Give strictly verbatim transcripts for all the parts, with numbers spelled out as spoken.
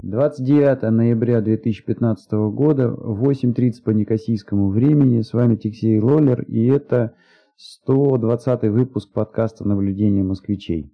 двадцать девятое ноября две тысячи пятнадцатого года, восемь тридцать по некосийскому времени. С вами Тиксей Лоллер, и это сто двадцатый выпуск подкаста «Наблюдение москвичей».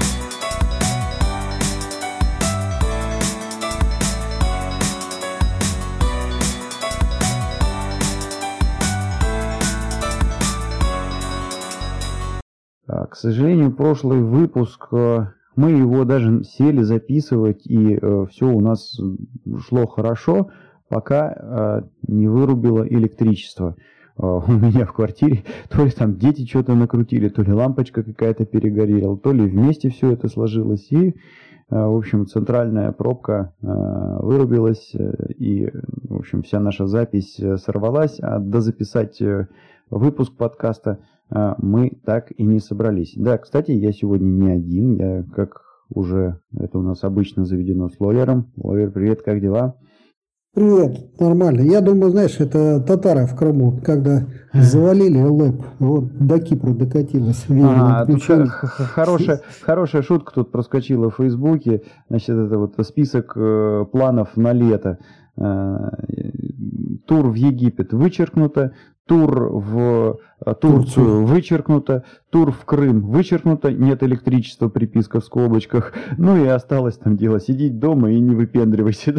К сожалению, прошлый выпуск, мы его даже сели записывать, и э, все у нас шло хорошо, пока э, не вырубило электричество. Э, у меня в квартире то ли там дети что-то накрутили, то ли лампочка какая-то перегорела, то ли вместе все это сложилось, и, э, в общем, центральная пробка э, вырубилась, и, в общем, вся наша запись сорвалась, а дозаписать э, выпуск подкаста мы так и не собрались. Да, кстати, я сегодня не один, я, как уже это у нас обычно заведено, с Лоллером. Лоллер, привет, как дела? Привет, нормально. Я думаю, знаешь, это татары в Крыму, когда завалили ЛЭП, вот до Кипра докатилась. А, тут хорошая, хорошая шутка тут проскочила в Фейсбуке. Значит, это вот список э, планов на лето. Э, тур в Египет вычеркнуто, тур в Турцию вычеркнуто, тур в Крым вычеркнуто, нет электричества, приписка в скобочках. Ну и осталось там дело сидеть дома и не выпендривайся.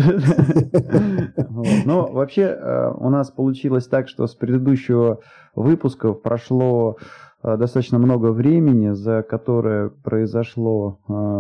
Но вообще у нас получилось так, что с предыдущего выпуска прошло достаточно много времени, за которое произошло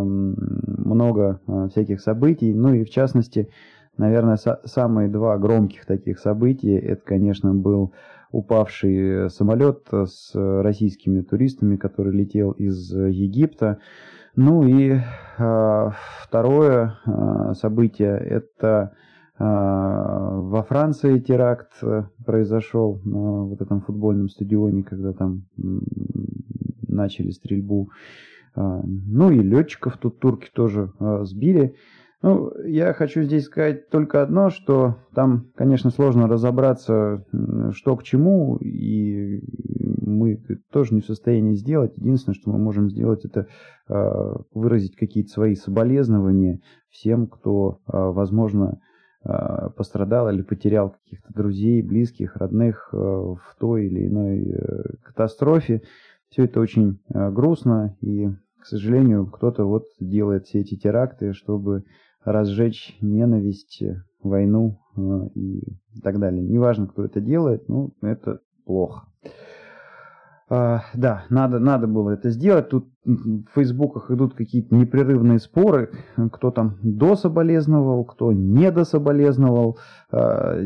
много всяких событий. Ну и в частности, наверное, самые два громких таких события, это, конечно, был упавший самолет с российскими туристами, который летел из Египта. Ну и э, второе э, событие, это э, во Франции теракт произошел на вот этом футбольном стадионе, когда там э, начали стрельбу. Э, ну и летчиков тут турки тоже э, сбили. Ну, я хочу здесь сказать только одно, что там, конечно, сложно разобраться, что к чему, и мы тоже не в состоянии сделать. Единственное, что мы можем сделать, это э, выразить какие-то свои соболезнования всем, кто, э, возможно, э, пострадал или потерял каких-то друзей, близких, родных э, в той или иной э, катастрофе. Все это очень э, грустно, и, к сожалению, кто-то вот делает все эти теракты, чтобы разжечь ненависть, войну э, и так далее. Неважно, кто это делает, но это плохо. Э, да, надо, надо было это сделать. Тут в фейсбуках идут какие-то непрерывные споры, кто там дособолезновал, кто не дособолезновал э,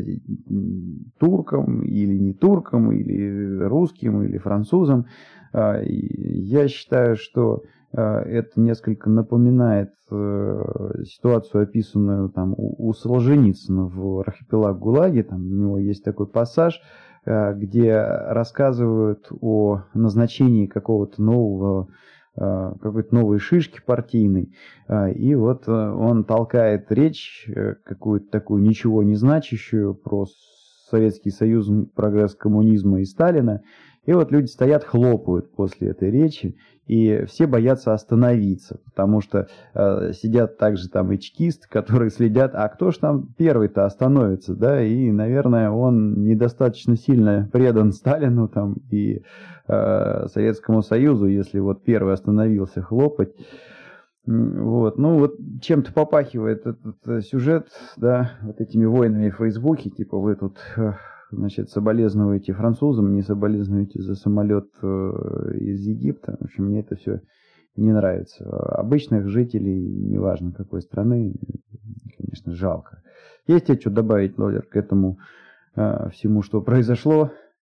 туркам или не туркам, или русским, или французам. Э, я считаю, что это несколько напоминает э, ситуацию, описанную там у, у Солженицына в «Архипелаг ГУЛАГе». Там у него есть такой пассаж, э, где рассказывают о назначении какого-то нового, э, какой-то новой шишки партийной. Э, и вот э, он толкает речь, э, какую-то такую ничего не значащую про Советский Союз, прогресс коммунизма и Сталина. И вот люди стоят, хлопают после этой речи, и все боятся остановиться, потому что э, сидят также там и чекисты, которые следят, а кто ж там первый-то остановится, да, и, наверное, он недостаточно сильно предан Сталину там и э, Советскому Союзу, если вот первый остановился хлопать. Вот, ну вот чем-то попахивает этот сюжет, да, вот этими войнами в Фейсбуке, типа вы тут... Значит, соболезнуете французам, не соболезнуете за самолет из Египта. В общем, мне это все не нравится. Обычных жителей, неважно какой страны, конечно, жалко. Есть тебе что добавить, Лоллер, к этому э, всему, что произошло?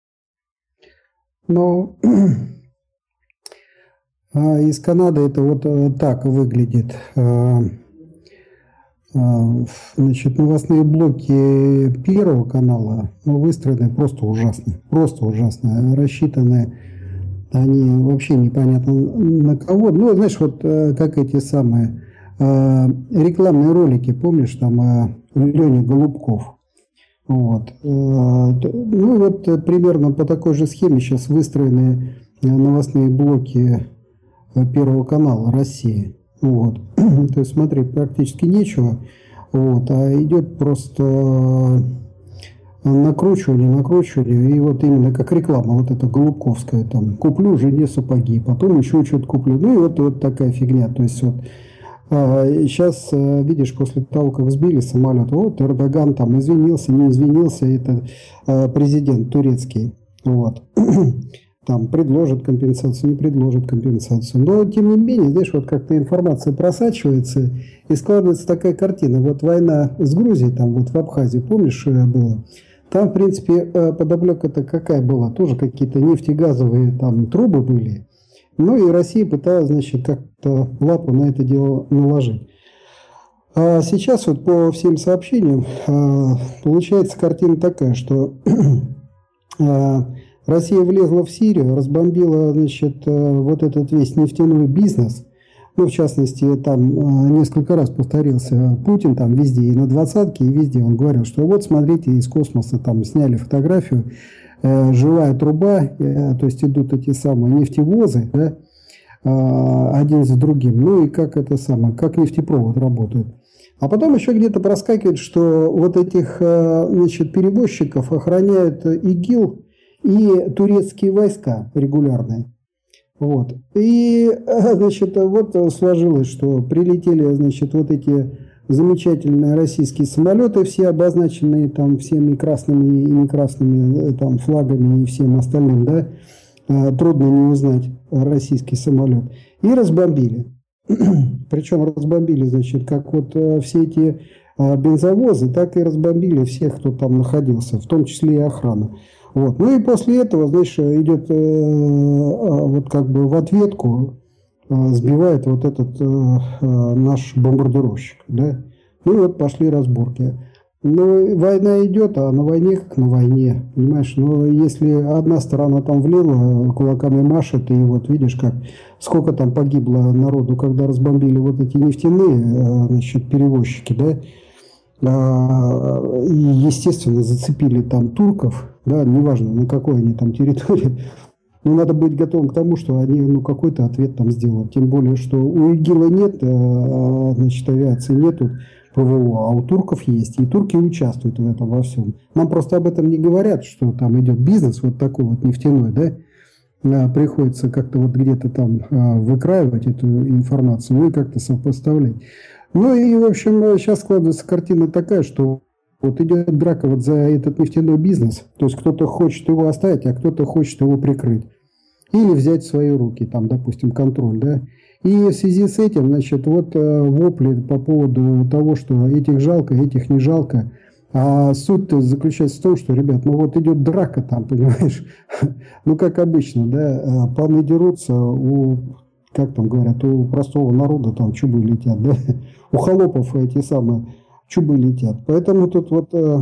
Ну, из Канады это вот так выглядит. Значит, новостные блоки Первого канала, ну, выстроены просто ужасно, просто ужасно, рассчитаны они вообще непонятно на кого. Ну, знаешь, вот как эти самые рекламные ролики, помнишь, там Леня Голубков. Вот. Ну, вот примерно по такой же схеме сейчас выстроены новостные блоки Первого канала России. Вот. То есть, смотри, практически нечего. Вот, а идет просто накручивание, накручивание, и вот именно как реклама, вот эта голубковская, там, куплю жене сапоги, потом еще что-то куплю, ну и вот, вот такая фигня, то есть вот а, сейчас, видишь, после того, как сбили самолет, вот Эрдоган там извинился, не извинился, это а, президент турецкий, вот, там предложит компенсацию, не предложит компенсацию, но тем не менее, знаешь, вот как-то информация просачивается, и складывается такая картина, вот война с Грузией, там вот в Абхазии, помнишь, было? Там, в принципе, подоплека-то какая была? Тоже какие-то нефтегазовые там трубы были. Ну и Россия пыталась, значит, как-то лапу на это дело наложить. А сейчас вот по всем сообщениям получается картина такая, что Россия влезла в Сирию, разбомбила, значит, вот этот весь нефтяной бизнес. Ну, в частности, там несколько раз повторился Путин, там везде, и на двадцатке, и везде он говорил, что вот, смотрите, из космоса там сняли фотографию, э, живая труба, э, то есть идут эти самые нефтевозы, да, э, один за другим, ну и как это самое, как нефтепровод работает. А потом еще где-то проскакивает, что вот этих, э, значит, перевозчиков охраняют ИГИЛ и турецкие войска регулярные. Вот. И, значит, вот сложилось, что прилетели, значит, вот эти замечательные российские самолеты, все обозначенные там всеми красными и не красными там флагами и всем остальным, да, трудно не узнать российский самолет, и разбомбили. Причем разбомбили, значит, как вот все эти бензовозы, так и разбомбили всех, кто там находился, в том числе и охрану. Вот. Ну и после этого, знаешь, идет э, вот как бы в ответку э, сбивает вот этот э, э, наш бомбардировщик, да. Ну и вот пошли разборки. Ну, война идет, а на войне как на войне, понимаешь. Но если одна сторона там влила, кулаками машет, и вот видишь, как сколько там погибло народу, когда разбомбили вот эти нефтяные, э, значит, перевозчики, да. И, естественно, зацепили там турков, да, неважно, на какой они там территории, но надо быть готовым к тому, что они, ну, какой-то ответ там сделают. Тем более, что у ИГИЛа нет, значит, авиации нету, ПВО, а у турков есть, и турки участвуют в этом во всем. Нам просто об этом не говорят, что там идет бизнес вот такой вот нефтяной, да, приходится как-то вот где-то там выкраивать эту информацию, ну и как-то сопоставлять. Ну и, в общем, сейчас складывается картина такая, что вот идет драка вот за этот нефтяной бизнес, то есть кто-то хочет его оставить, а кто-то хочет его прикрыть. Или взять в свои руки, там, допустим, контроль, да. И в связи с этим, значит, вот вопли по поводу того, что этих жалко, этих не жалко. А суть-то заключается в том, что, ребят, ну вот идет драка там, понимаешь, ну как обычно, да, паны дерутся, у, как там говорят, у простого народа там чубы летят, да, у холопов эти самые чубы летят. Поэтому тут вот э,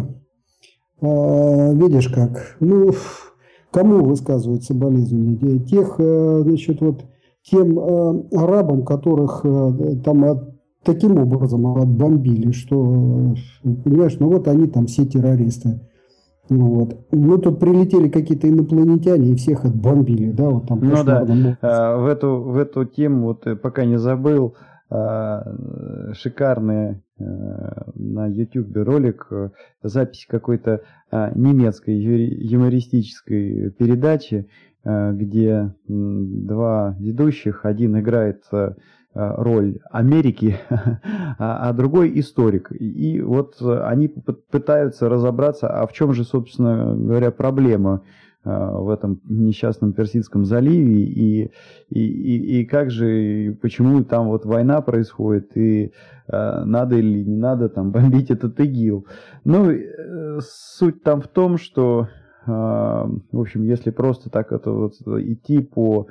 э, видишь как, ну, кому высказывают соболезнования? Тех, э, значит, вот тем э, арабам, которых э, там от, таким образом отбомбили, что, понимаешь, ну вот они там все террористы. Ну, вот. Ну, тут прилетели какие-то инопланетяне и всех отбомбили, да, вот там. Ну да, а, в эту, в эту тему, вот пока не забыл, а, шикарный а, на YouTube ролик, запись какой-то а, немецкой юмористической передачи, а, где два ведущих, один играет роль Америки, а, а другой историк. И вот они пытаются разобраться, а в чем же, собственно говоря, проблема в этом несчастном Персидском заливе, и, и, и, и как же, и почему там вот война происходит, и а, надо или не надо там бомбить этот ИГИЛ. Ну, суть там в том, что, а, в общем, если просто так это вот идти по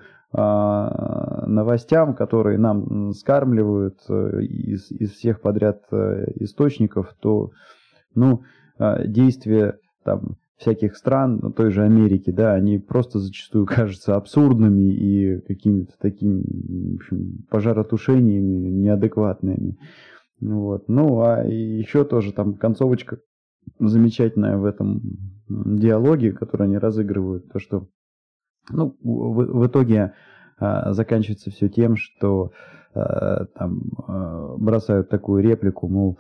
новостям, которые нам скармливают из, из всех подряд источников, то, ну, действия там всяких стран, той же Америки, да, они просто зачастую кажутся абсурдными и какими-то такими, в общем, пожаротушениями неадекватными. Вот. Ну, а еще тоже там концовочка замечательная в этом диалоге, который они разыгрывают, то, что ну, в, в итоге а, заканчивается все тем, что а, там а, бросают такую реплику, мол,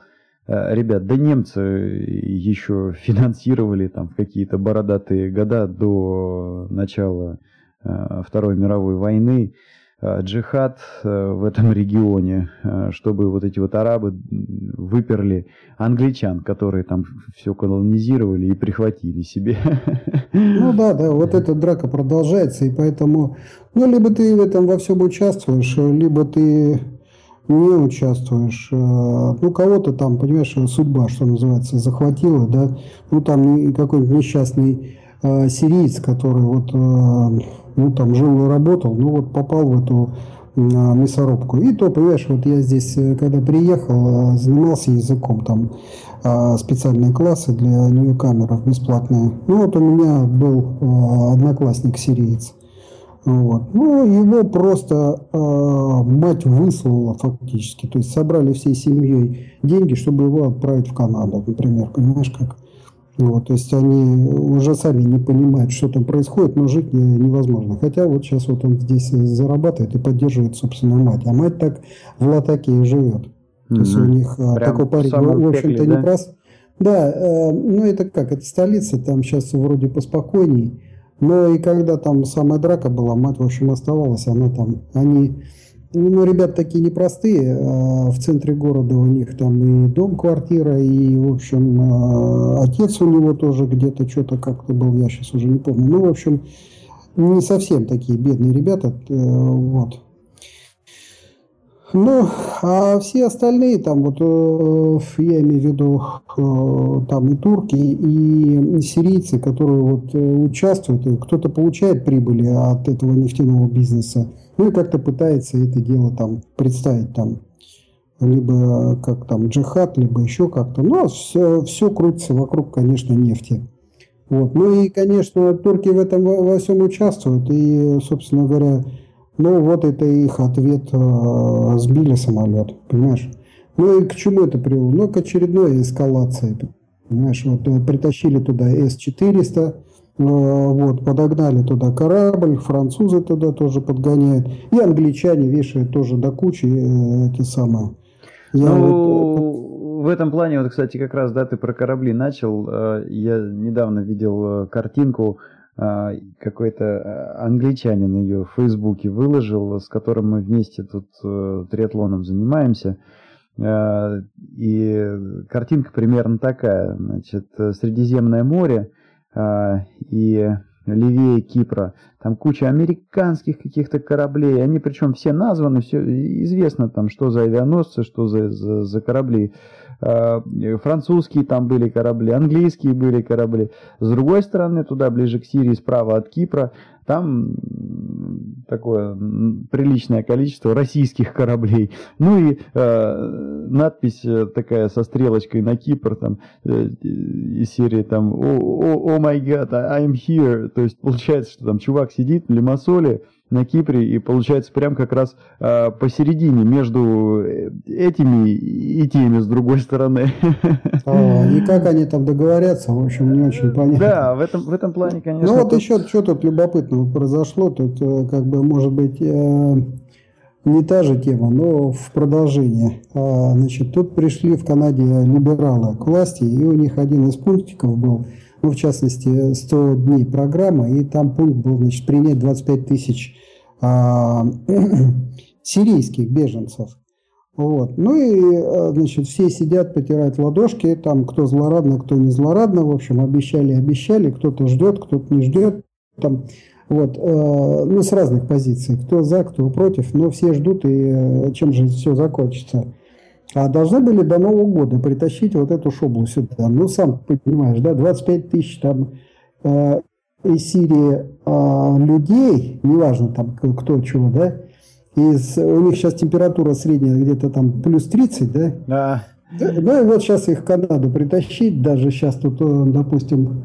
ребят, да немцы еще финансировали там в какие-то бородатые года до начала Второй мировой войны джихад в этом регионе, чтобы вот эти вот арабы выперли англичан, которые там все колонизировали и прихватили себе. Ну да, да, вот эта драка продолжается, и поэтому, ну, либо ты в этом во всем участвуешь, либо ты не участвуешь. Ну, кого-то там, понимаешь, судьба, что называется, захватила, да, ну, там какой-нибудь несчастный э, сириец, который вот, э, ну, там жил и работал, ну, вот попал в эту э, мясорубку. И то, понимаешь, вот я здесь, когда приехал, занимался языком, там э, специальные классы для ньюкамеров бесплатные. Ну, вот у меня был э, одноклассник сириец. Вот. Ну, его просто э, мать выслала фактически. То есть собрали всей семьей деньги, чтобы его отправить в Канаду, например. Понимаешь, как? Вот. То есть они уже сами не понимают, что там происходит, но жить невозможно. Хотя вот сейчас вот он здесь зарабатывает и поддерживает собственную мать. А мать так в Латаке и живет. Mm-hmm. То есть у них Прям такой парень, в общем-то, да? не прост. Да, э, ну это как, это столица, там сейчас вроде поспокойней. Но и когда там самая драка была, мать, в общем, оставалась, она там, они, ну, ребята такие непростые, в центре города у них там и дом, квартира, и, в общем, отец у него тоже где-то что-то как-то был, я сейчас уже не помню. Ну, в общем, не совсем такие бедные ребята, вот. Ну, а все остальные, там вот, я имею в виду, там и турки, и сирийцы, которые вот участвуют, кто-то получает прибыли от этого нефтяного бизнеса, ну и как-то пытается это дело там представить там, либо как там джихад, либо еще как-то, но все, все крутится вокруг, конечно, нефти. Вот. Ну и, конечно, турки в этом во всем участвуют, и, собственно говоря, ну, вот это их ответ, э, сбили самолет, понимаешь? Ну, и к чему это привело? Ну, к очередной эскалации, понимаешь? Вот э, притащили туда эс четыреста, э, вот, подогнали туда корабль, французы туда тоже подгоняют, и англичане вешают тоже до кучи э, эти самые. Я ну, вот... в этом плане, вот, кстати, как раз, да, ты про корабли начал, э, я недавно видел картинку, какой-то англичанин ее в Фейсбуке выложил, с которым мы вместе тут триатлоном занимаемся. И картинка примерно такая. Значит, Средиземное море и левее Кипра. Там куча американских каких-то кораблей. Они причем все названы, все известно там, что за авианосцы, что за, за, за корабли. Французские там были корабли, английские были корабли. С другой стороны, туда ближе к Сирии, справа от Кипра, там такое приличное количество российских кораблей. Ну и э, надпись такая со стрелочкой на Кипр, там, э, из серии там «О май гад, I'm here». То есть получается, что там чувак сидит в Лимассоле на Кипре, и получается прям как раз э, посередине между этими и теми с другой стороны. А, и как они там договорятся, в общем, не очень понятно. Да, в этом, в этом плане, конечно. Ну вот тут... еще что тут любопытного произошло, тут как бы может быть э, не та же тема, но в продолжение. А, значит, тут пришли в Канаде либералы к власти, и у них один из пунктиков был, ну, в частности, сто дней программы, и там пункт был, значит, принять двадцать пять тысяч а, сирийских беженцев. Вот. Ну и, значит, все сидят, потирают ладошки, там кто злорадно, кто не злорадно, в общем, обещали, обещали, кто-то ждет, кто-то не ждет, там, вот, э, ну, с разных позиций, кто за, кто против, но все ждут, и э, чем же все закончится. А должны были до Нового года притащить вот эту шоблу сюда. Ну, сам понимаешь, да, двадцать пять тысяч там э, из Сирии э, людей, неважно там кто чего, да, из, у них сейчас температура средняя где-то там плюс тридцать, да? Да. Ну и вот сейчас их в Канаду притащить, даже сейчас тут, допустим,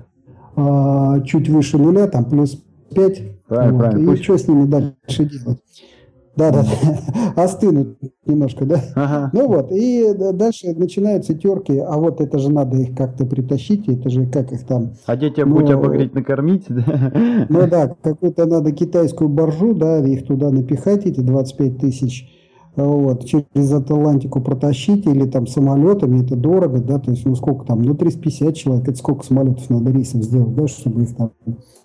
э, чуть выше нуля, там плюс пять. Правильно, вот. правильно. И Пусть... что с ними дальше делать? Да, да, остынут немножко, да. Ага. Ну вот, и дальше начинаются терки, а вот это же надо их как-то притащить, это же как их там... А детям ну, будь обогреть, накормить, да? Ну да, какую-то надо китайскую боржу, да, их туда напихать, эти двадцать пять тысяч вот, через Атлантику протащить или там самолетами, это дорого, да, то есть, ну сколько там, ну триста пятьдесят человек, это сколько самолетов надо рейсов сделать, да, чтобы их там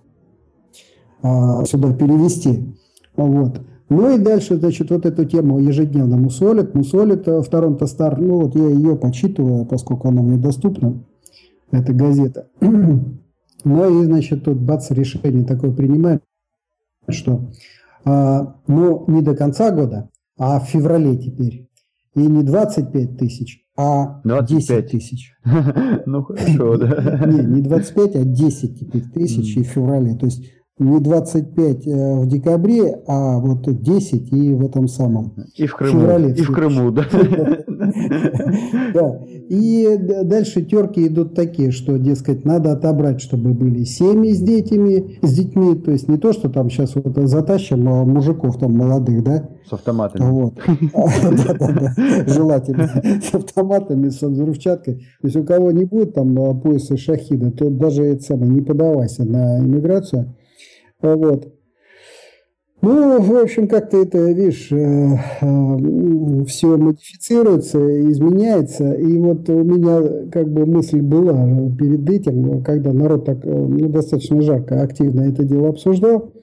а, сюда перевести, вот. Ну и дальше, значит, вот эту тему ежедневно мусолят, мусолят в Торонто Стар, ну вот я ее почитываю, поскольку она мне доступна, эта газета. Ну и, значит, тут бац, решение такое принимает, что а, ну, не до конца года, а в феврале теперь. И не двадцать пять тысяч, а десять тысяч. Ну, хорошо, да. Не, не двадцать пять, а десять теперь тысяч и в феврале. То есть не двадцать пять в декабре, а вот десять и в этом самом. И в Крыму. Феврале, и в Крыму, да. Да. И дальше терки идут такие, что, дескать, надо отобрать, чтобы были семьи с детьми, с детьми. То есть не то, что там сейчас вот затащим мужиков там молодых, да? С автоматами. Вот. Да-да-да. Желательно. С автоматами, с взрывчаткой. То есть у кого не будет там пояса шахида, то даже это самое, не подавайся на иммиграцию. Вот. Ну, в общем, как-то это, видишь, все модифицируется, изменяется. И вот у меня как бы мысль была перед этим, когда народ так, ну, достаточно жарко, активно это дело обсуждал.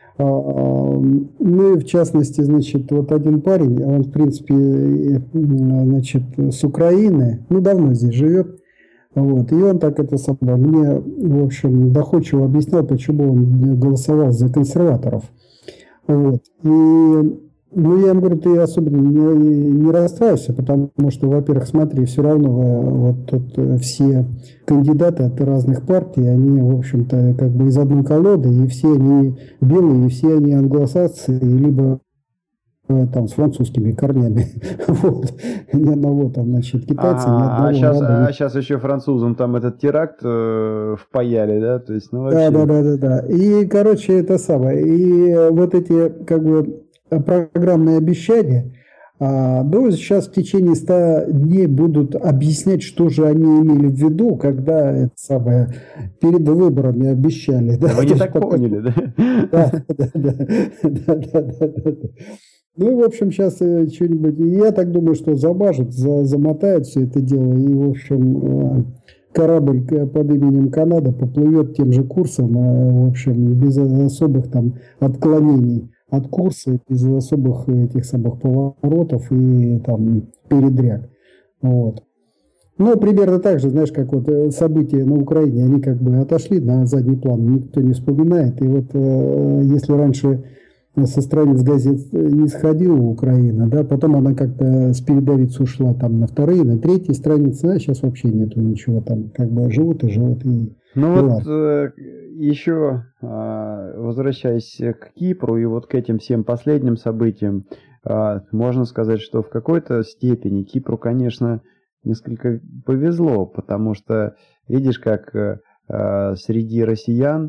Ну и в частности, значит, вот один парень, он в принципе, значит, с Украины, ну давно здесь живет. Вот. И он так это самое, мне, в общем, доходчиво объяснял, почему он голосовал за консерваторов. Вот. И, ну, я ему говорю, ты особенно не, не расстраивайся, потому что, во-первых, смотри, все равно вот тут все кандидаты от разных партий, они, в общем-то, как бы из одной колоды, и все они белые, и все они англосаксы, либо там с французскими корнями. Вот. Ни одного там, значит, китайца, ни одного а, сейчас, араба. а сейчас еще французам там этот теракт э, впаяли, да? То есть, ну, вообще... Да, да, да, да, да. И, короче, это самое. И вот эти, как бы, программные обещания, а, ну, сейчас в течение ста дней будут объяснять, что же они имели в виду, когда это самое, перед выборами обещали. Да, вы не так пока... поняли, да? Да, да, да, да, да, да, да. Ну, в общем, сейчас что-нибудь, я так думаю, что замажут, за, замотают все это дело, и, в общем, корабль под именем Канада поплывет тем же курсом, в общем, без особых там отклонений от курса, без особых этих самых поворотов и там передряг. Вот. Ну, примерно так же, знаешь, как вот события на Украине, они как бы отошли на задний план, никто не вспоминает. И вот если раньше со страниц газет не сходила Украина, да, потом она как-то с передовиц ушла там на вторые, на третьи страницы, а сейчас вообще нету ничего там, как бы живут и живут. И, ну и вот э, еще э, возвращаясь к Кипру и вот к этим всем последним событиям, э, можно сказать, что в какой-то степени Кипру, конечно, несколько повезло, потому что видишь, как э, среди россиян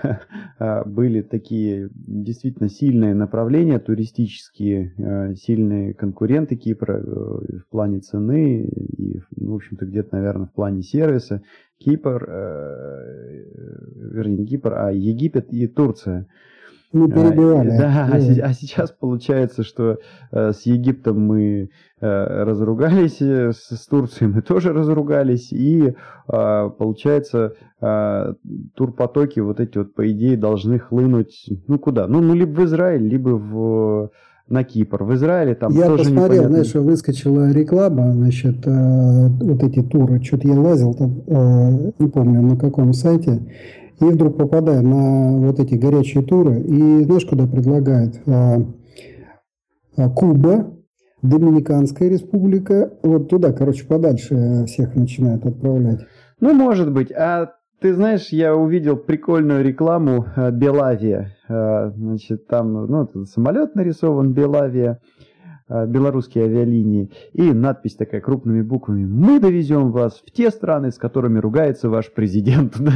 были такие действительно сильные направления туристические, сильные конкуренты Кипра в плане цены и, в общем-то, где-то, наверное, в плане сервиса. Кипр, вернее, не Кипр, а Египет и Турция. Мы перебивали. Да, а, а сейчас получается, что э, с Египтом мы э, разругались, с, с Турцией мы тоже разругались, и э, получается э, турпотоки вот эти вот, по идее, должны хлынуть, ну куда? Ну, ну либо в Израиль, либо в, на Кипр. В Израиле там я тоже посмотрел, непонятно. Знаешь, выскочила реклама, значит, э, вот эти туры, что-то я лазил там, э, не помню на каком сайте, и вдруг попадаю на вот эти горячие туры, и знаешь, куда предлагают? А, а, Куба, Доминиканская республика, вот туда, короче, подальше всех начинают отправлять. Ну, может быть. А ты знаешь, я увидел прикольную рекламу Белавия. Значит, там, ну, самолет нарисован, Белавия, белорусские авиалинии, и надпись такая крупными буквами: «Мы довезем вас в те страны, с которыми ругается ваш президент». Ну,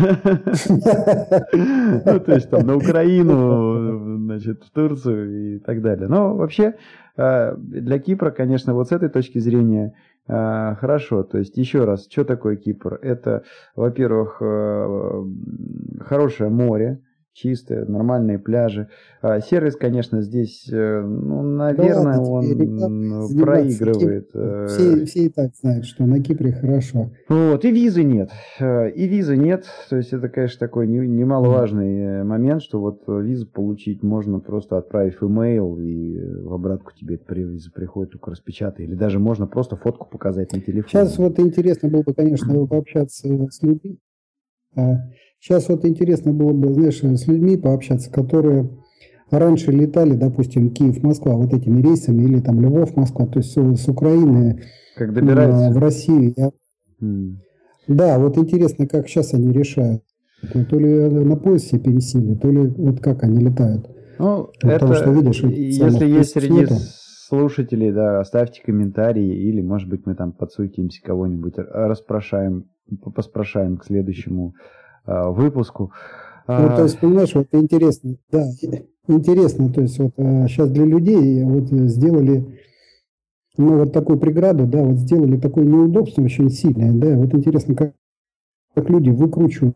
то есть там на Украину, значит, в Турцию и так далее. Но вообще для Кипра, конечно, вот с этой точки зрения хорошо. То есть еще раз, что такое Кипр? Это, во-первых, хорошее море, чистая, нормальные пляжи. А сервис, конечно, здесь, ну, наверное, да, он проигрывает. Все, все и так знают, что на Кипре хорошо. Вот, и визы нет. И визы нет. То есть это, конечно, такой немаловажный момент, что вот визу получить можно просто отправив имейл, и в обратку тебе эта виза приходит, только распечатай. Или даже можно просто фотку показать на телефоне. Сейчас вот интересно было бы, конечно, пообщаться с людьми. Сейчас вот интересно было бы, знаешь, с людьми пообщаться, которые раньше летали, допустим, Киев-Москва вот этими рейсами, или там Львов-Москва, то есть с, с Украины как добираются в Россию. Я... Mm. Да, вот интересно, как сейчас они решают. То ли на поезд все пересели, то ли вот как они летают. Ну, вот это, потому что, видишь, если есть среди слушателей, да, оставьте комментарии, или, может быть, мы там подсуетимся, кого-нибудь расспрашаем, поспрашаем к следующему э, выпуску. Ну, то есть, понимаешь, вот интересно, да, интересно, то есть, вот сейчас для людей вот сделали, ну, вот такую преграду, да, вот сделали такое неудобство очень сильное, да, вот интересно, как, как люди выкручиваются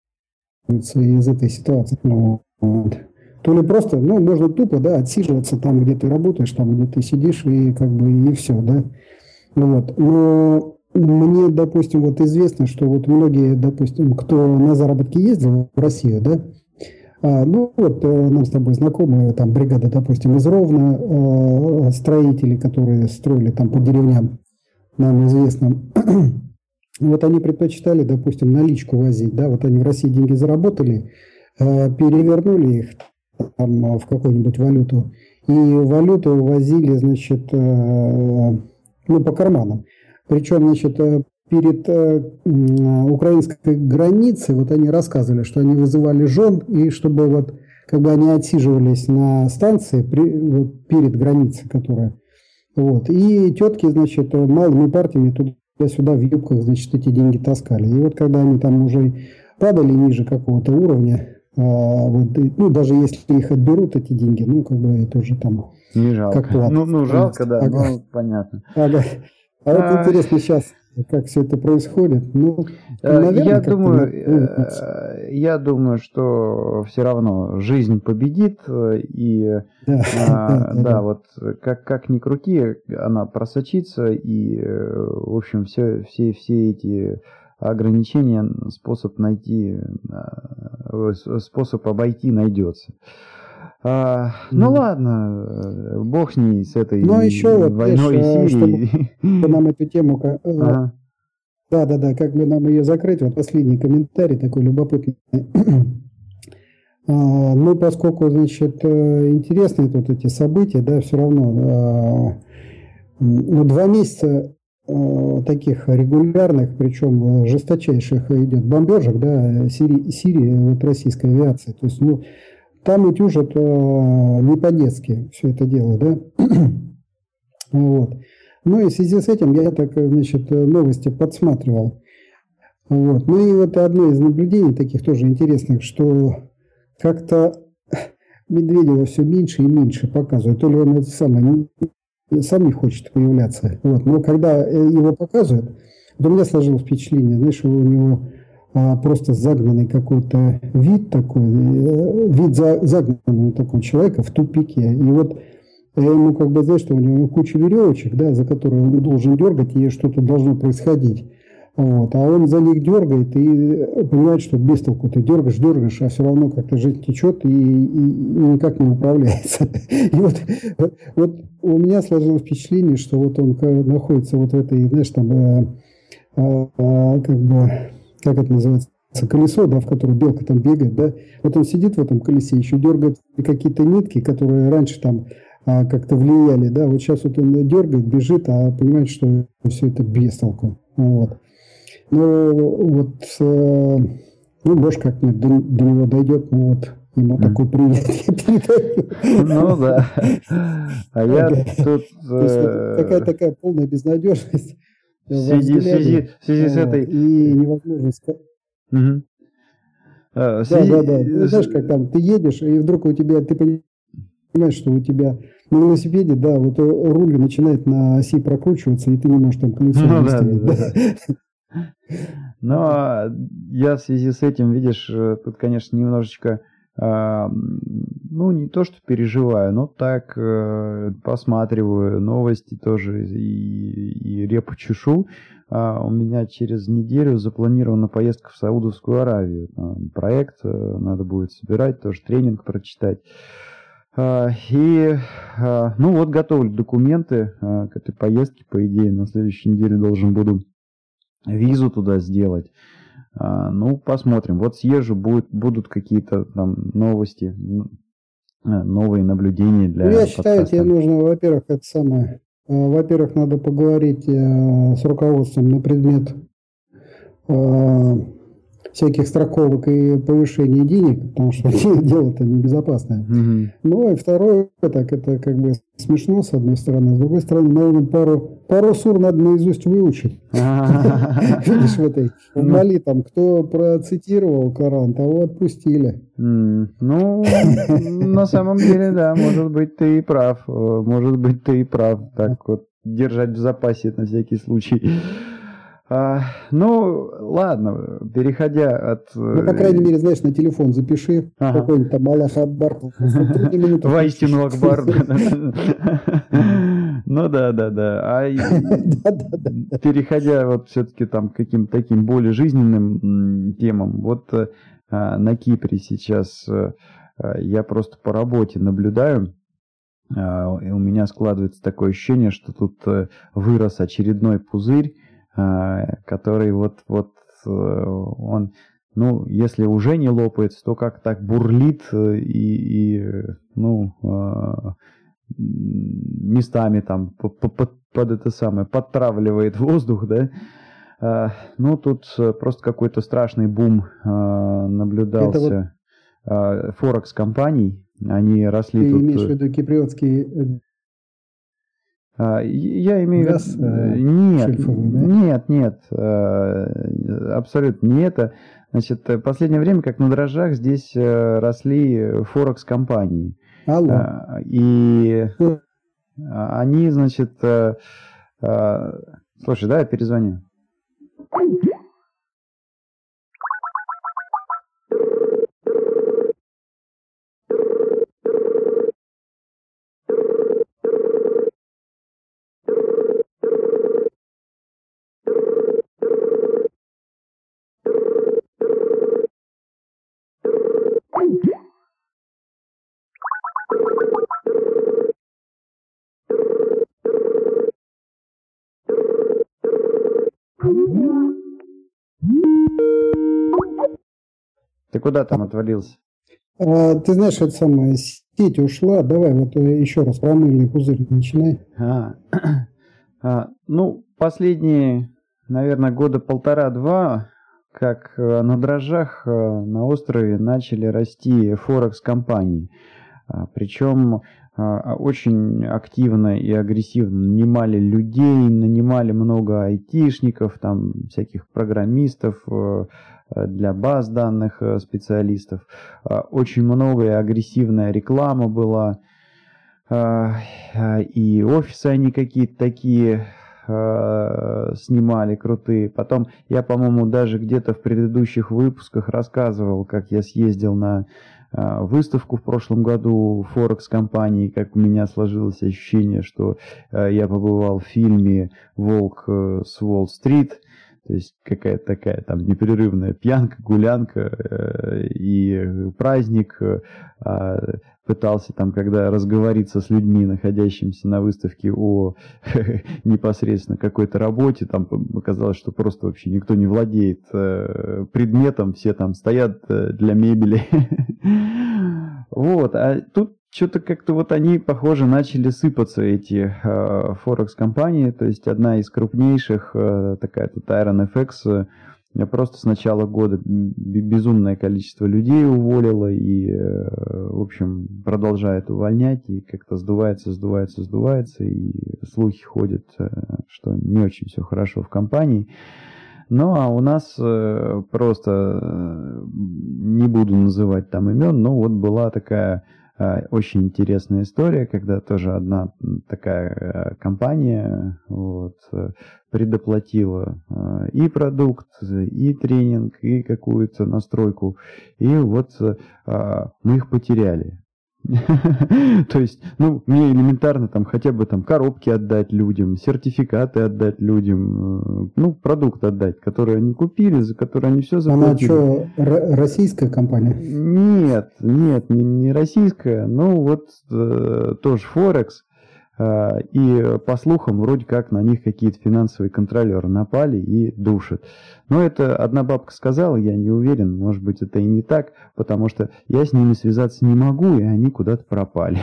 из этой ситуации, ну, вот. То ли просто, ну, можно тупо, да, отсиживаться там, где ты работаешь, там, где ты сидишь, и как бы, и все, да, ну, вот, но мне, допустим, вот известно, что вот многие, допустим, кто на заработки ездил в Россию, да, а, ну, вот нам с тобой знакомые, там, бригада, допустим, из Ровно, э, строители, которые строили там по деревням, нам известно, вот они предпочитали, допустим, наличку возить, да, вот они в России деньги заработали, э, перевернули их там в какую-нибудь валюту, и валюту возили, значит, э, ну, по карманам. Причем, значит, перед э, украинской границей, вот они рассказывали, что они вызывали жен, и чтобы вот, как бы они отсиживались на станции при, вот, перед границей, которая, вот, и тетки, значит, малыми партиями туда-сюда в юбках, значит, эти деньги таскали. И вот когда они там уже падали ниже какого-то уровня, вот, ну, даже если их отберут, эти деньги, ну, как бы это уже там... Не жалко. Как плата. Ну, ну, жалко, да, ага. ну, понятно. Ага. А, а вот интересно сейчас, как все это происходит. Ну, наверное, я думаю, надо... я думаю, что все равно жизнь победит, и да, а, да, да, да, вот как, как ни крути, она просочится, и, в общем, все, все, все эти... ограничения, способ найти, способ обойти найдется. А, ну mm. ладно, бог с ней, с этой ну, еще вот, войной знаешь, Сирии. Чтобы нам эту тему, ага. да, да, да, как бы нам ее закрыть, вот последний комментарий такой любопытный. а, ну, поскольку, значит, интересны тут эти события, да, все равно, а, ну, два месяца таких регулярных, причем жесточайших идет бомбежек, да, Сирии, Сирии вот российской авиации. То есть, ну, там утюжат э, не по-детски все это дело, да. Вот. Ну и в связи с этим я так, значит, новости подсматривал. Вот. Ну и вот одно из наблюдений таких тоже интересных, что как-то Медведева все меньше и меньше показывают. То ли он это самое сам не хочет появляться. Вот. Но когда его показывают, то у меня сложилось впечатление, знаешь, у него а, просто загнанный какой-то вид такой, э, вид за, загнанного такого человека в тупике. И вот я ему как бы, знаешь, что у него куча веревочек, да, за которые он должен дергать, и что-то должно происходить. Вот. А он за них дергает и понимает, что без толку ты дергаешь, дергаешь, а все равно как-то жизнь течет и, и, и никак не управляется. И вот, вот у меня сложилось впечатление, что вот он находится вот в этой, знаешь, там, э, э, как бы, как это называется, колесо, да, в котором белка там бегает, да. Вот он сидит в этом колесе, еще дергает какие-то нитки, которые раньше там а, как-то влияли, да. Вот сейчас вот он дергает, бежит, а понимает, что все это без толку. Вот. Ну, вот, э, ну, может, как-нибудь до, до него дойдет, ну, вот, ему mm. такой привет. Ну, да. А я тут... Такая-такая полная безнадежность. В связи с этой... И невозможность... Да, да, да. Знаешь, как там, ты едешь, и вдруг у тебя, ты понимаешь, что у тебя на велосипеде, да, вот руль начинает на оси прокручиваться, и ты не можешь там колесо выставить. Но я в связи с этим, видишь, тут, конечно, немножечко Ну, не то, что переживаю, но так посматриваю новости тоже и, и репу чешу. У меня через неделю запланирована поездка в Саудовскую Аравию. Проект надо будет собирать, тоже тренинг прочитать. И, ну вот, готовлю документы к этой поездке, по идее, на следующей неделе должен буду визу туда сделать. Ну, посмотрим. Вот съезжу, будет, будут какие-то там новости, новые наблюдения для ну, я подкаста. считаю, тебе нужно, во-первых, это самое, во-первых, надо поговорить с руководством на предмет всяких страховок и повышения денег, потому что дело-то небезопасное. Mm-hmm. Ну, и второе, так, это как бы смешно, с одной стороны. С другой стороны, наверное, пару, пару сур надо наизусть выучить. Видишь, в этой в Мали там, кто процитировал Коран, того отпустили. Ну, на самом деле, да, может быть, ты и прав. Может быть, ты и прав. Так вот, держать в запасе на всякий случай. А, ну, ладно, переходя от... Ну, по крайней мере, знаешь, на телефон запиши ага. какой-нибудь там Аллах Акбар. Воистину Акбар. Ну да, да, да. А переходя вот все-таки там к каким-то таким более жизненным темам, вот на Кипре сейчас я просто по работе наблюдаю, и у меня складывается такое ощущение, что тут вырос очередной пузырь, который вот, вот он, ну, если уже не лопается, то как так бурлит и, и ну, местами там под, под это самое подтравливает воздух, да. Ну, тут просто какой-то страшный бум наблюдался вот... форекс-компаний, они росли. Ты тут... имеешь в виду киприотские... Я имею газ, в виду... Нет, шельфовый, да? нет, нет, абсолютно не это. Значит, в последнее время, как на дрожжах, здесь росли форекс-компании. Алло. И они, значит... Слушай, да, я перезвоню. Ты куда там отвалился? А, ты знаешь, это самое, сеть ушла. Давай вот еще раз про мыльный пузырь начинай. А, а, ну, последние, наверное, года полтора-два, как на дрожжах на острове начали расти форекс-компании. Причем очень активно и агрессивно нанимали людей, нанимали много айтишников, там всяких программистов, для баз данных специалистов. Очень много и агрессивная реклама была. И офисы они какие-то такие снимали крутые. Потом я, по-моему, даже где-то в предыдущих выпусках рассказывал, как я съездил на выставку в прошлом году Форекс-компании, как у меня сложилось ощущение, что я побывал в фильме «Волк с Уолл-стрит». То есть какая-то такая там непрерывная пьянка, гулянка э, и праздник. Э, пытался там, когда разговориться с людьми, находящимися на выставке, о непосредственно какой-то работе, там оказалось, что просто вообще никто не владеет э, предметом, все там стоят э, для мебели. Вот, а тут что-то как-то вот они, похоже, начали сыпаться, эти э, форекс-компании. То есть одна из крупнейших, э, такая тут Iron эф экс, э, просто с начала года безумное количество людей уволила и, э, в общем, продолжает увольнять. И как-то сдувается, сдувается, сдувается. И слухи ходят, э, что не очень все хорошо в компании. Ну, а у нас э, просто, э, не буду называть там имен, но вот была такая очень интересная история, когда тоже одна такая компания вот, предоплатила и продукт, и тренинг, и какую-то настройку, и вот мы их потеряли. То есть, ну, мне элементарно там хотя бы там коробки отдать людям, сертификаты отдать людям, ну, продукт отдать, который они купили, за который они все заплатили. Она что, р- российская компания? Нет, нет, не, не российская, но вот э, тоже Форекс. И по слухам, вроде как на них какие-то финансовые контролеры напали и душат. Но это одна бабка сказала, я не уверен, может быть, это и не так, потому что я с ними связаться не могу, и они куда-то пропали.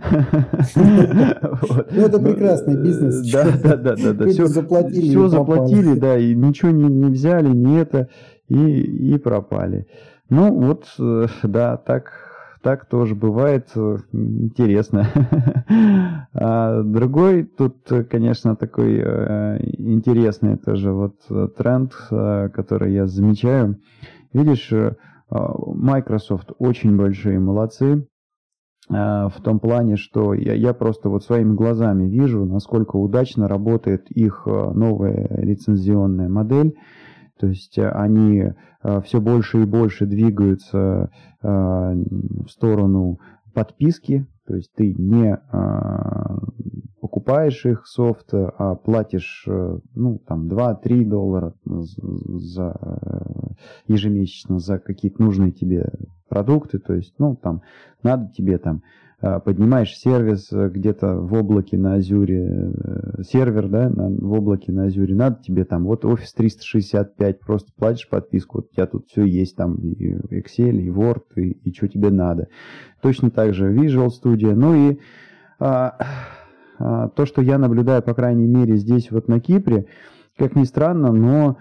Ну, это прекрасный бизнес. Да, да, да, да, да. Все заплатили, все заплатили, да, и ничего не, не взяли, не это, и, и пропали. Ну, вот, да, так. Так тоже бывает, интересно. А другой тут, конечно, такой интересный тоже вот тренд, который я замечаю. Видишь, Microsoft очень большие молодцы в том плане, что я, я просто вот своими глазами вижу, насколько удачно работает их новая лицензионная модель. То есть они все больше и больше двигаются в сторону подписки, то есть ты не покупаешь их софт, а платишь, ну, там, два-три доллара за, ежемесячно за какие-то нужные тебе продукты, то есть, ну, там, надо тебе там поднимаешь сервис где-то в облаке на Azure, сервер, да, на, в облаке на Azure, надо тебе там, вот Office триста шестьдесят пять, просто платишь подписку, вот у тебя тут все есть, там и Excel, и Word, и, и что тебе надо. Точно так же Visual Studio, ну и а, а, то, что я наблюдаю, по крайней мере, здесь вот на Кипре, как ни странно, но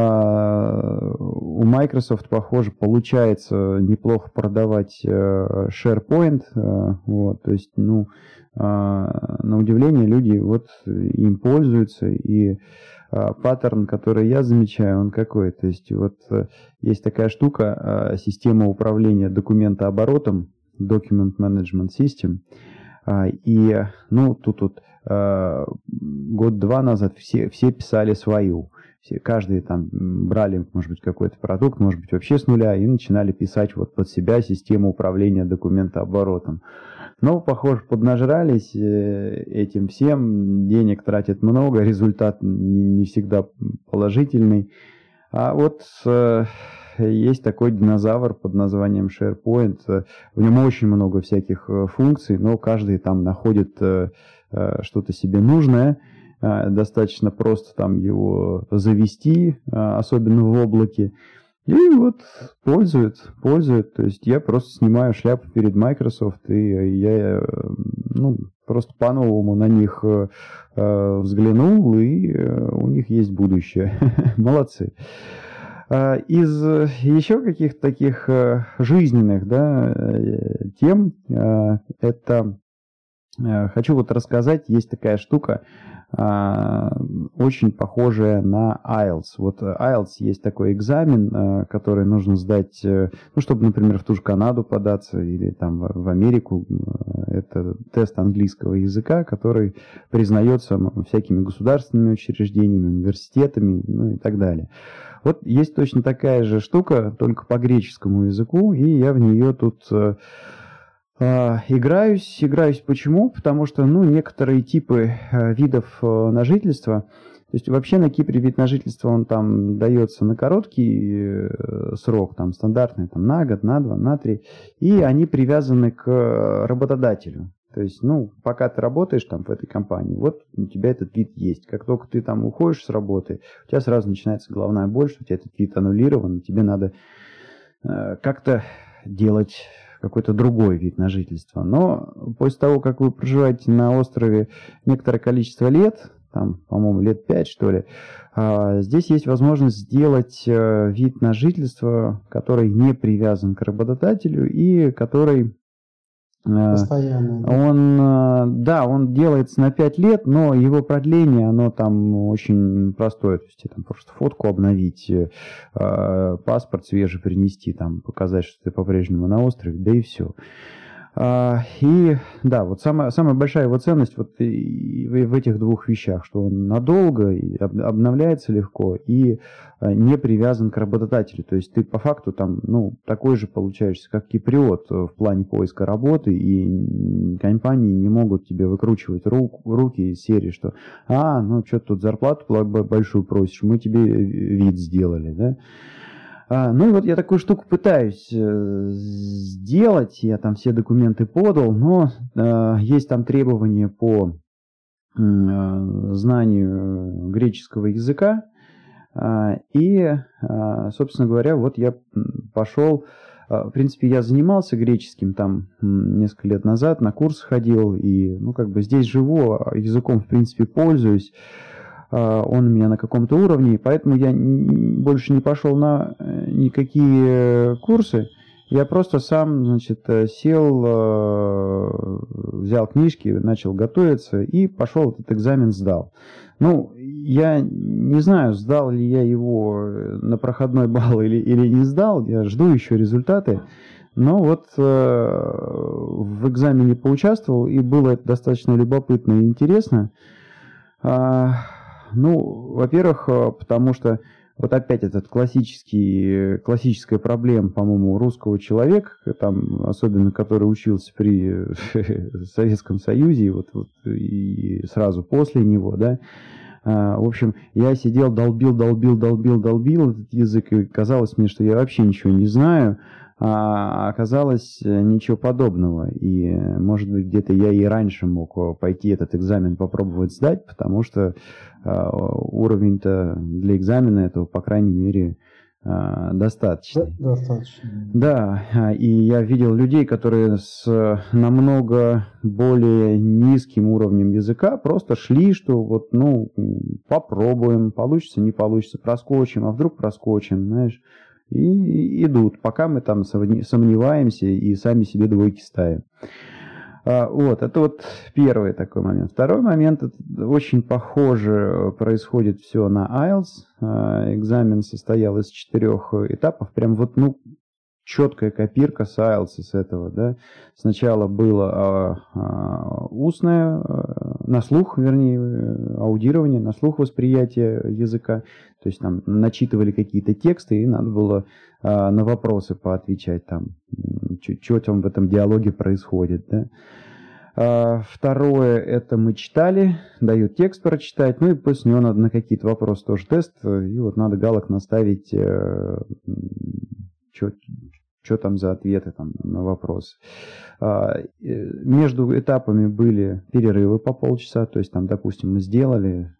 Uh, у Microsoft, похоже, получается неплохо продавать uh, SharePoint, uh, вот, то есть, ну, uh, на удивление люди вот им пользуются, и uh, паттерн, который я замечаю, он какой, то есть, вот uh, есть такая штука, uh, система управления документооборотом, Document Management System, uh, и, ну, тут вот uh, год-два назад все, все писали свою. Все, каждый там брали, может быть, какой-то продукт, может быть, вообще с нуля, и начинали писать вот под себя систему управления документооборотом. Но, похоже, поднажрались этим всем, денег тратят много, результат не всегда положительный. А вот э, есть такой динозавр под названием SharePoint. В нем очень много всяких функций, но каждый там находит э, что-то себе нужное. Достаточно просто там его завести, особенно в облаке, и вот пользует, пользует. То есть я просто снимаю шляпу перед Microsoft, и я, ну, просто по-новому на них взглянул, и у них есть будущее. Молодцы. Из еще каких-то таких жизненных, да, тем, это хочу вот рассказать, есть такая штука, очень похожая на айлтс. Вот айлтс есть такой экзамен, который нужно сдать, ну, чтобы, например, в ту же Канаду податься или там в Америку. Это тест английского языка, который признается всякими государственными учреждениями, университетами, ну и так далее. Вот есть точно такая же штука, только по греческому языку, и я в нее тут Играюсь, играюсь почему? Потому что, ну, некоторые типы видов на жительство, то есть вообще на Кипре вид на жительство, он там дается на короткий срок, там стандартный, там на год, на два, на три, и они привязаны к работодателю. То есть, ну, пока ты работаешь там в этой компании, вот у тебя этот вид есть. Как только ты там уходишь с работы, у тебя сразу начинается головная боль, что у тебя этот вид аннулирован, тебе надо э, как-то делать какой-то другой вид на жительство. Но после того, как вы проживаете на острове некоторое количество лет, там, по-моему, лет пять, что ли, здесь есть возможность сделать вид на жительство, который не привязан к работодателю и который Постоянно. Он, да, он делается на пять лет, но его продление, оно там очень простое. То есть там просто фотку обновить, паспорт свежий принести, там, показать, что ты по-прежнему на острове, да и все. И да, вот самая, самая большая его ценность вот и в этих двух вещах, что он надолго, обновляется легко и не привязан к работодателю. То есть ты по факту там, ну, такой же получаешься, как киприот в плане поиска работы, и компании не могут тебе выкручивать рук, руки из серии, что «А, ну, что ты тут зарплату большую просишь, мы тебе вид сделали», да? А, ну и вот я такую штуку пытаюсь э, сделать, я там все документы подал, но э, есть там требования по э, знанию греческого языка, э, и, э, собственно говоря, вот я пошел, э, в принципе, я занимался греческим там несколько лет назад, на курс ходил, и, ну, как бы здесь живу, языком, в принципе, пользуюсь. Он у меня на каком-то уровне, поэтому я больше не пошел на никакие курсы. Я просто сам, значит, сел, взял книжки, начал готовиться и пошел этот экзамен сдал. Ну, я не знаю, сдал ли я его на проходной балл или, или не сдал, я жду еще результаты. Но вот э, в экзамене поучаствовал, и было это достаточно любопытно и интересно. Ну, во-первых, потому что вот опять этот классический, классическая проблема, по-моему, русского человека, там, особенно который учился при Советском Союзе, и, вот, вот, и сразу после него, да, в общем, я сидел, долбил, долбил, долбил, долбил этот язык, и казалось мне, что я вообще ничего не знаю, а оказалось ничего подобного. И, может быть, где-то я и раньше мог пойти этот экзамен попробовать сдать, потому что уровень-то для экзамена этого, по крайней мере, достаточный. Достаточно. Да, и я видел людей, которые с намного более низким уровнем языка просто шли, что вот, ну, попробуем, получится, не получится, проскочим, а вдруг проскочим, знаешь. И идут, пока мы там сомневаемся и сами себе двойки ставим. Вот, это вот первый такой момент. Второй момент, это очень похоже происходит все на айлтс. Экзамен состоял из четырех этапов, прям вот, ну, четкая копирка с айлтс с этого, да. Сначала было устное, на слух, вернее, аудирование, на слух восприятие языка. То есть там начитывали какие-то тексты, и надо было а, на вопросы поотвечать, там, что там в этом диалоге происходит. Да? А, второе, это мы читали, дают текст прочитать, ну и после него надо на какие-то вопросы тоже тест, и вот надо галок наставить, э, что там за ответы там, на вопросы. Между этапами были перерывы по полчаса, то есть там, допустим, мы сделали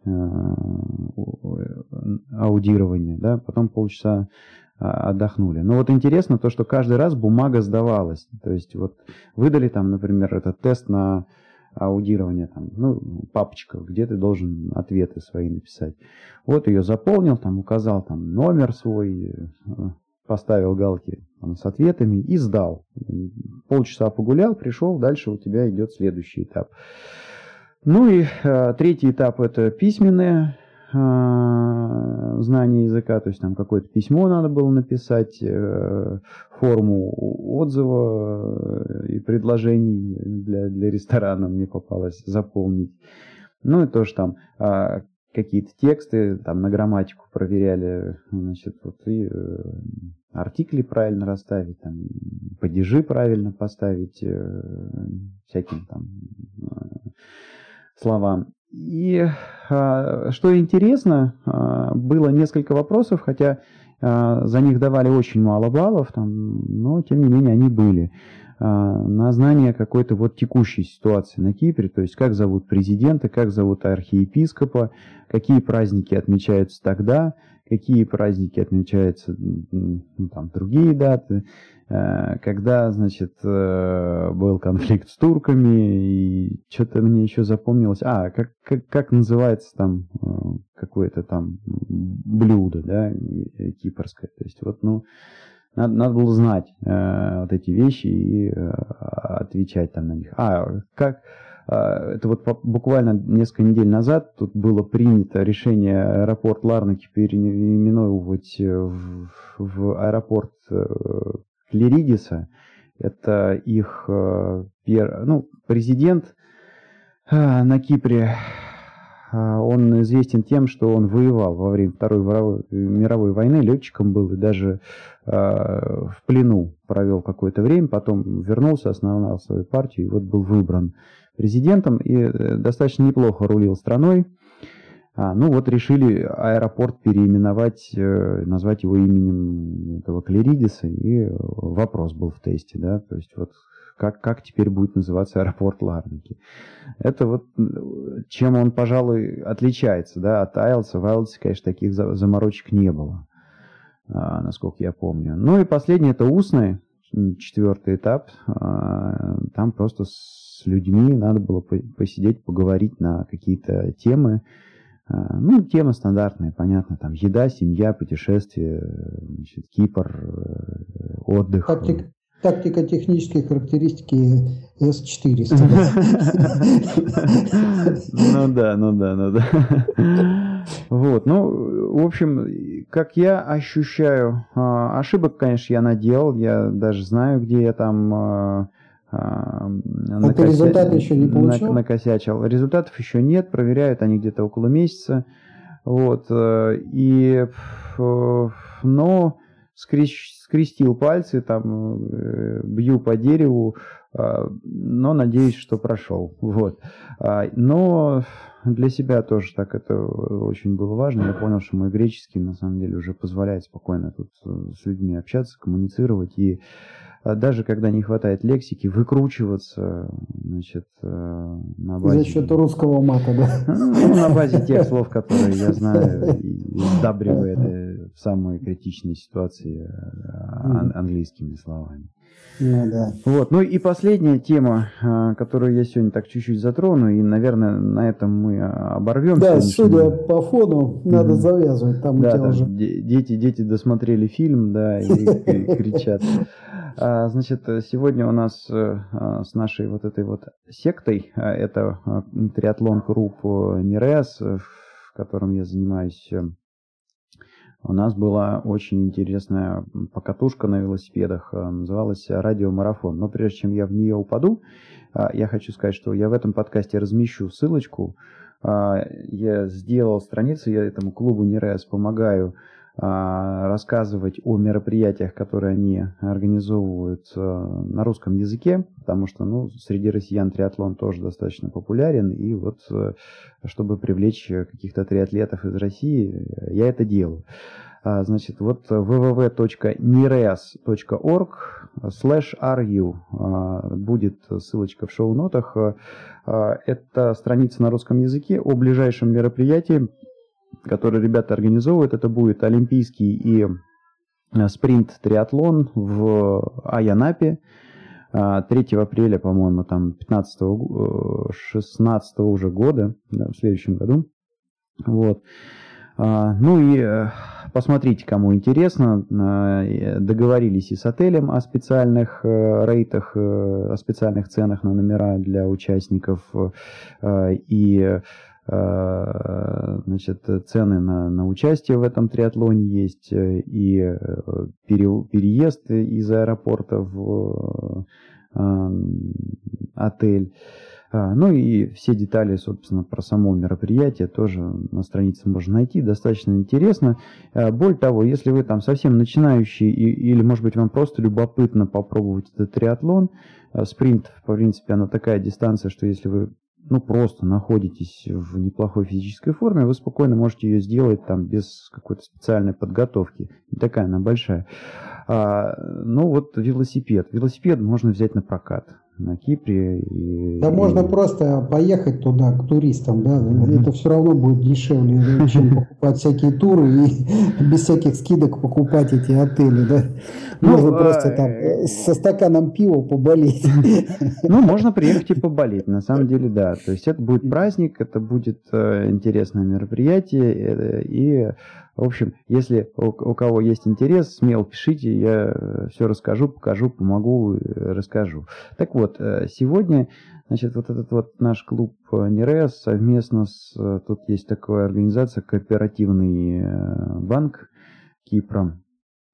аудирование, да, потом полчаса отдохнули. Но вот интересно то, что каждый раз бумага сдавалась. То есть вот выдали там, например, этот тест на аудирование, там, ну, папочка, где ты должен ответы свои написать. Вот ее заполнил, там указал там номер свой, поставил галки там, с ответами и сдал. Полчаса погулял, пришел, дальше у тебя идет следующий этап. Ну и э, третий этап это письменное э, знание языка, то есть там какое-то письмо надо было написать, э, форму отзыва и предложений для, для ресторана мне попалось заполнить. Ну и тоже там э, какие-то тексты, там на грамматику проверяли, значит, вот и э, артикли правильно расставить, там, падежи правильно поставить, э, всяким там э, словам. И э, что интересно, э, было несколько вопросов, хотя э, за них давали очень мало баллов, там, но тем не менее они были. На знание какой-то вот текущей ситуации на Кипре, то есть как зовут президента, как зовут архиепископа, какие праздники отмечаются тогда, какие праздники отмечаются, ну, там, другие даты, когда, значит, был конфликт с турками, и что-то мне еще запомнилось, а, как, как, как называется там какое-то там блюдо, да, кипрское, то есть вот, ну, Надо, надо было знать э, вот эти вещи и э, отвечать там на них. А, как, э, это вот по, буквально несколько недель назад тут было принято решение аэропорт Ларнаки переименовывать в, в аэропорт э, Клеридиса. Это их пер... ну, президент на Кипре. Он известен тем, что он воевал во время Второй мировой войны, летчиком был и даже в плену провел какое-то время, потом вернулся, основал свою партию и вот был выбран президентом и достаточно неплохо рулил страной. А, ну вот решили аэропорт переименовать, назвать его именем этого Клеридиса, и вопрос был в тесте, да, то есть вот как, как теперь будет называться аэропорт Ларнаки. Это вот чем он, пожалуй, отличается, да, от айлтса. В айлтсе, конечно, таких заморочек не было, а, насколько я помню. Ну и последний — это устный, четвертый этап. А, там просто с людьми надо было посидеть, поговорить на какие-то темы. Ну, темы стандартные, понятно, там еда, семья, путешествия, значит, Кипр, отдых. Тактик, тактика технические характеристики эс четыреста. Ну да, ну да, ну да. Вот, ну, в общем, как я ощущаю, ошибок, конечно, я наделал, я даже знаю, где я там... А накося... ты результаты еще не получил? Накосячил. Результатов еще нет, проверяют они где-то около месяца. Вот. И, но скрестил пальцы, там, бью по дереву, но надеюсь, что прошел. Вот. Но для себя тоже так это очень было важно. Я понял, что мой греческий на самом деле уже позволяет спокойно тут с людьми общаться, коммуницировать и даже когда не хватает лексики, выкручиваться, значит, на базе... За счет русского мата, да? Ну, на базе тех слов, которые я знаю, и сдабривая это в самые критичные ситуации ан- английскими словами. Ну, да. Вот. Ну и последняя тема, которую я сегодня так чуть-чуть затрону, и, наверное, на этом мы оборвем. Да, судя по фону, надо mm-hmm. завязывать. Там да, у тебя там уже... дети, дети досмотрели фильм, да, и кричат. Значит, сегодня у нас с нашей вот этой вот сектой, это триатлон групп Нерес, в котором я занимаюсь, у нас была очень интересная покатушка на велосипедах, называлась «Радиомарафон». Но прежде чем я в нее упаду, я хочу сказать, что я в этом подкасте размещу ссылочку. Я сделал страницу, я этому клубу Нерес помогаю рассказывать о мероприятиях, которые они организовывают на русском языке, потому что, ну, среди россиян триатлон тоже достаточно популярен, и вот, чтобы привлечь каких-то триатлетов из России, я это делаю. Значит, вот дабл ю дабл ю дабл ю точка нерес точка орг слэш ар ю будет ссылочка в шоу-нотах. Это страница на русском языке о ближайшем мероприятии, который ребята организовывают. Это будет олимпийский и спринт-триатлон в Айанапе третьего апреля, по-моему, там пятнадцатого шестнадцатого уже года, да, в следующем году. Вот. Ну и посмотрите, кому интересно. Договорились и с отелем о специальных рейтах, о специальных ценах на номера для участников, и значит, цены на, на участие в этом триатлоне есть, и пере, переезд из аэропорта в отель. Ну и все детали, собственно, про само мероприятие тоже на странице можно найти. Достаточно интересно. Более того, если вы там совсем начинающий, или, может быть, вам просто любопытно попробовать этот триатлон, спринт, в принципе, она такая дистанция, что если вы ну, просто находитесь в неплохой физической форме, вы спокойно можете ее сделать там без какой-то специальной подготовки. Не такая она большая. А, ну, вот велосипед. Велосипед можно взять на прокат на Кипре. И, да, и... можно просто поехать туда к туристам, да, mm-hmm. это все равно будет дешевле, чем покупать всякие туры и без всяких скидок покупать эти отели, да. Можно ну, просто а... там со стаканом пива поболеть. Ну, можно приехать и поболеть, на самом деле, да. То есть это будет праздник, это будет интересное мероприятие, и, в общем, если у кого есть интерес, смело пишите, я все расскажу, покажу, помогу, расскажу. Так вот, сегодня, значит, вот этот вот наш клуб Нерес совместно с, тут есть такая организация, Кооперативный банк Кипра.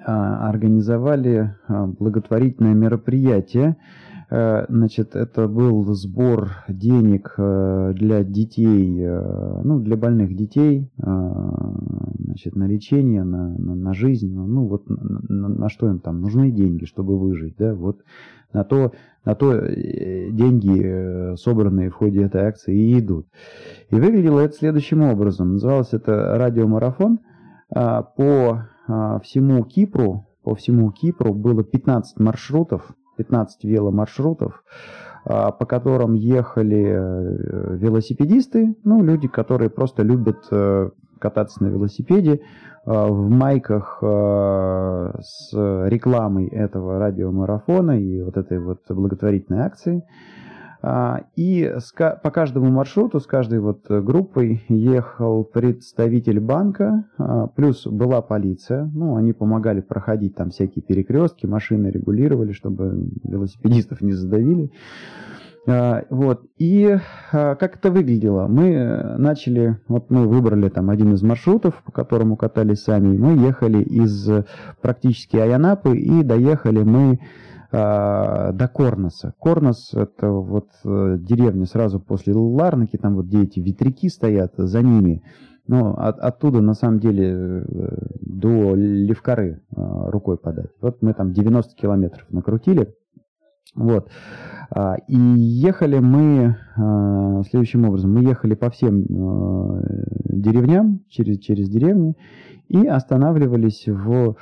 организовали благотворительное мероприятие. Значит, это был сбор денег для детей, ну, для больных детей, значит, на лечение, на, на, на жизнь, ну, вот на, на что им там нужны деньги, чтобы выжить, да, вот на то, на то деньги, собранные в ходе этой акции, и идут. И выглядело это следующим образом. Называлось это радиомарафон. По всему Кипру, по всему Кипру было пятнадцать маршрутов, пятнадцать веломаршрутов, по которым ехали велосипедисты, ну, люди, которые просто любят кататься на велосипеде, в майках с рекламой этого радиомарафона и вот этой вот благотворительной акции. И по каждому маршруту, с каждой вот группой ехал представитель банка, плюс была полиция. Ну, они помогали проходить там всякие перекрестки, машины регулировали, чтобы велосипедистов не задавили. Вот. И как это выглядело? Мы начали, вот мы выбрали там один из маршрутов, по которому катались сами. Мы ехали из практически Айанапы и доехали мы до Корноса. Корнос — это вот деревня сразу после Ларнаки, там вот где эти ветряки стоят, за ними. Но от, оттуда, на самом деле, до Левкары рукой подать. Вот мы там девяносто километров накрутили. Вот. И ехали мы следующим образом. Мы ехали по всем деревням, через, через деревни, и останавливались в...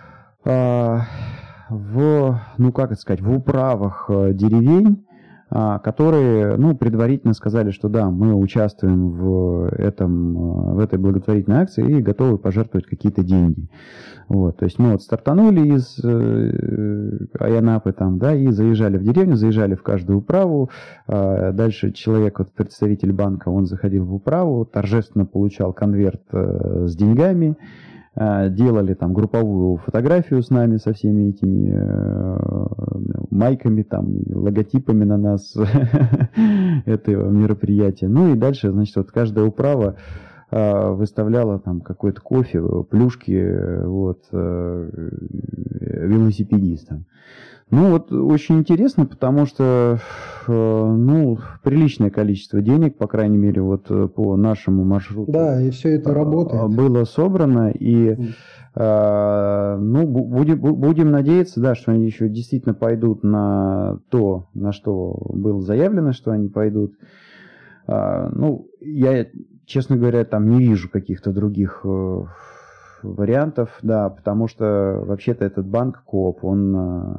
в, ну как это сказать, в управах деревень, которые, ну, предварительно сказали, что да, мы участвуем в этом, в этой благотворительной акции и готовы пожертвовать какие-то деньги. Вот, то есть мы вот стартанули из Айанапы там, да, и заезжали в деревню, заезжали в каждую управу. Дальше человек, вот представитель банка, он заходил в управу, торжественно получал конверт с деньгами, делали там групповую фотографию с нами, со всеми этими э, майками, там, логотипами на нас этого мероприятия. Ну и дальше, значит, вот каждая управа э, выставляла там какой-то кофе, плюшки вот, э, велосипедистам. Ну вот очень интересно, потому что ну, приличное количество денег, по крайней мере, вот по нашему маршруту. Да, и все это работает. Было собрано, и mm. ну, будем, будем надеяться, да, что они еще действительно пойдут на то, на что было заявлено, что они пойдут. Ну, я, честно говоря, там не вижу каких-то других вариантов, да, потому что вообще-то этот банк Кооп, он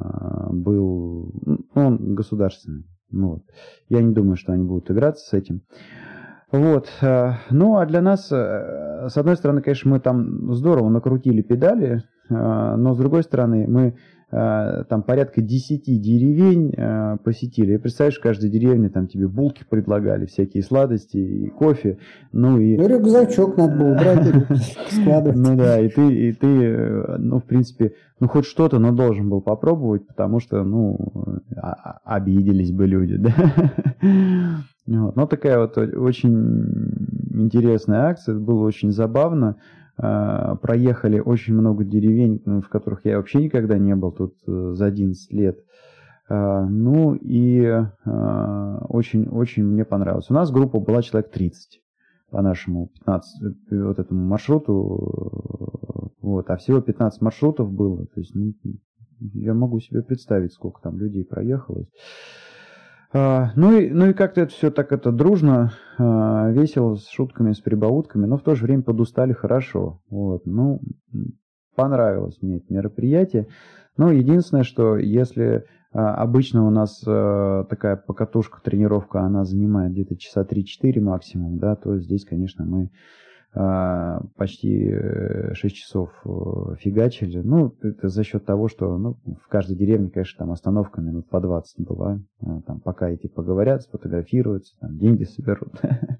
был, ну, он государственный. Вот. Я не думаю, что они будут играться с этим. Вот. Ну, а для нас, с одной стороны, конечно, мы там здорово накрутили педали, но с другой стороны, мы там порядка десяти деревень посетили. И представляешь, в каждой деревне там тебе булки предлагали, всякие сладости и кофе. Ну, и... ну рюкзачок надо было брать и складывать. Ну да, и ты, и ты, ну, в принципе, ну, хоть что-то, но должен был попробовать, потому что, ну, обиделись бы люди, да. Вот. Но такая вот очень интересная акция, это было очень забавно. Проехали очень много деревень, в которых я вообще никогда не был тут за одиннадцать лет. Ну и очень-очень мне понравилось. У нас группа была человек тридцать по нашему пятнадцатому вот этому маршруту. Вот, а всего пятнадцать маршрутов было. То есть, ну, я могу себе представить, сколько там людей проехалось. Ну и, ну и как-то это все так это дружно, весело, с шутками, с прибаутками, но в то же время подустали хорошо. Вот. Ну, понравилось мне это мероприятие. Но единственное, что если обычно у нас такая покатушка, тренировка, она занимает где-то часа три-четыре максимум, да, то здесь, конечно, мы почти шесть часов фигачили. Ну, это за счет того, что ну, в каждой деревне, конечно, там остановка минут по двадцать была. Там пока эти поговорят, сфотографируются, там деньги соберут.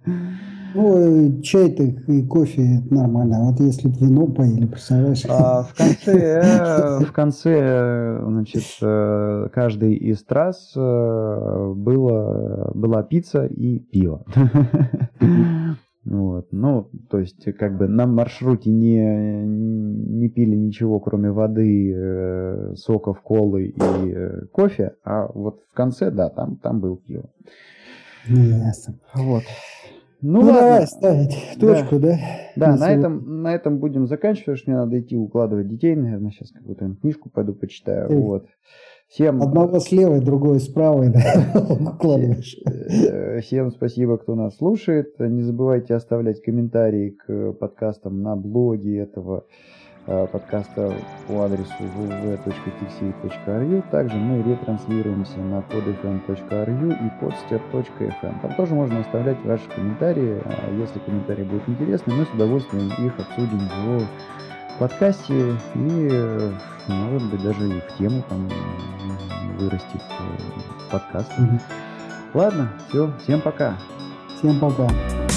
Ну, чай-то и кофе это нормально. А вот если бы вино поели, представляешь? А в конце, в конце, значит, каждой из трасс было, была пицца и пиво. Вот. Ну, то есть, как бы на маршруте не, не пили ничего, кроме воды, э, соков, колы и э, кофе, а вот в конце, да, там, там был пиво. Ясно. Вот. Ну, Ну, ладно. давай ставить точку, да? Да, на, на, сегодня. этом, на этом будем заканчивать, потому что мне надо идти укладывать детей, наверное, сейчас какую-то книжку пойду почитаю. Ты Вот. Всем... Одного с левой, другой с правой, да, укладываешь. Всем спасибо, кто нас слушает. Не забывайте оставлять комментарии к подкастам на блоге этого подкаста по адресу дабл ю дабл ю дабл ю точка тикси точка ар ю. Также мы ретранслируемся на под эф эм точка ар ю и подстер точка эф эм. Там тоже можно оставлять ваши комментарии. Если комментарии будут интересны, мы с удовольствием их обсудим в подкасте и, может быть, даже и в тему там вырастет подкаст. Mm-hmm. Ладно, все, всем пока. Всем пока.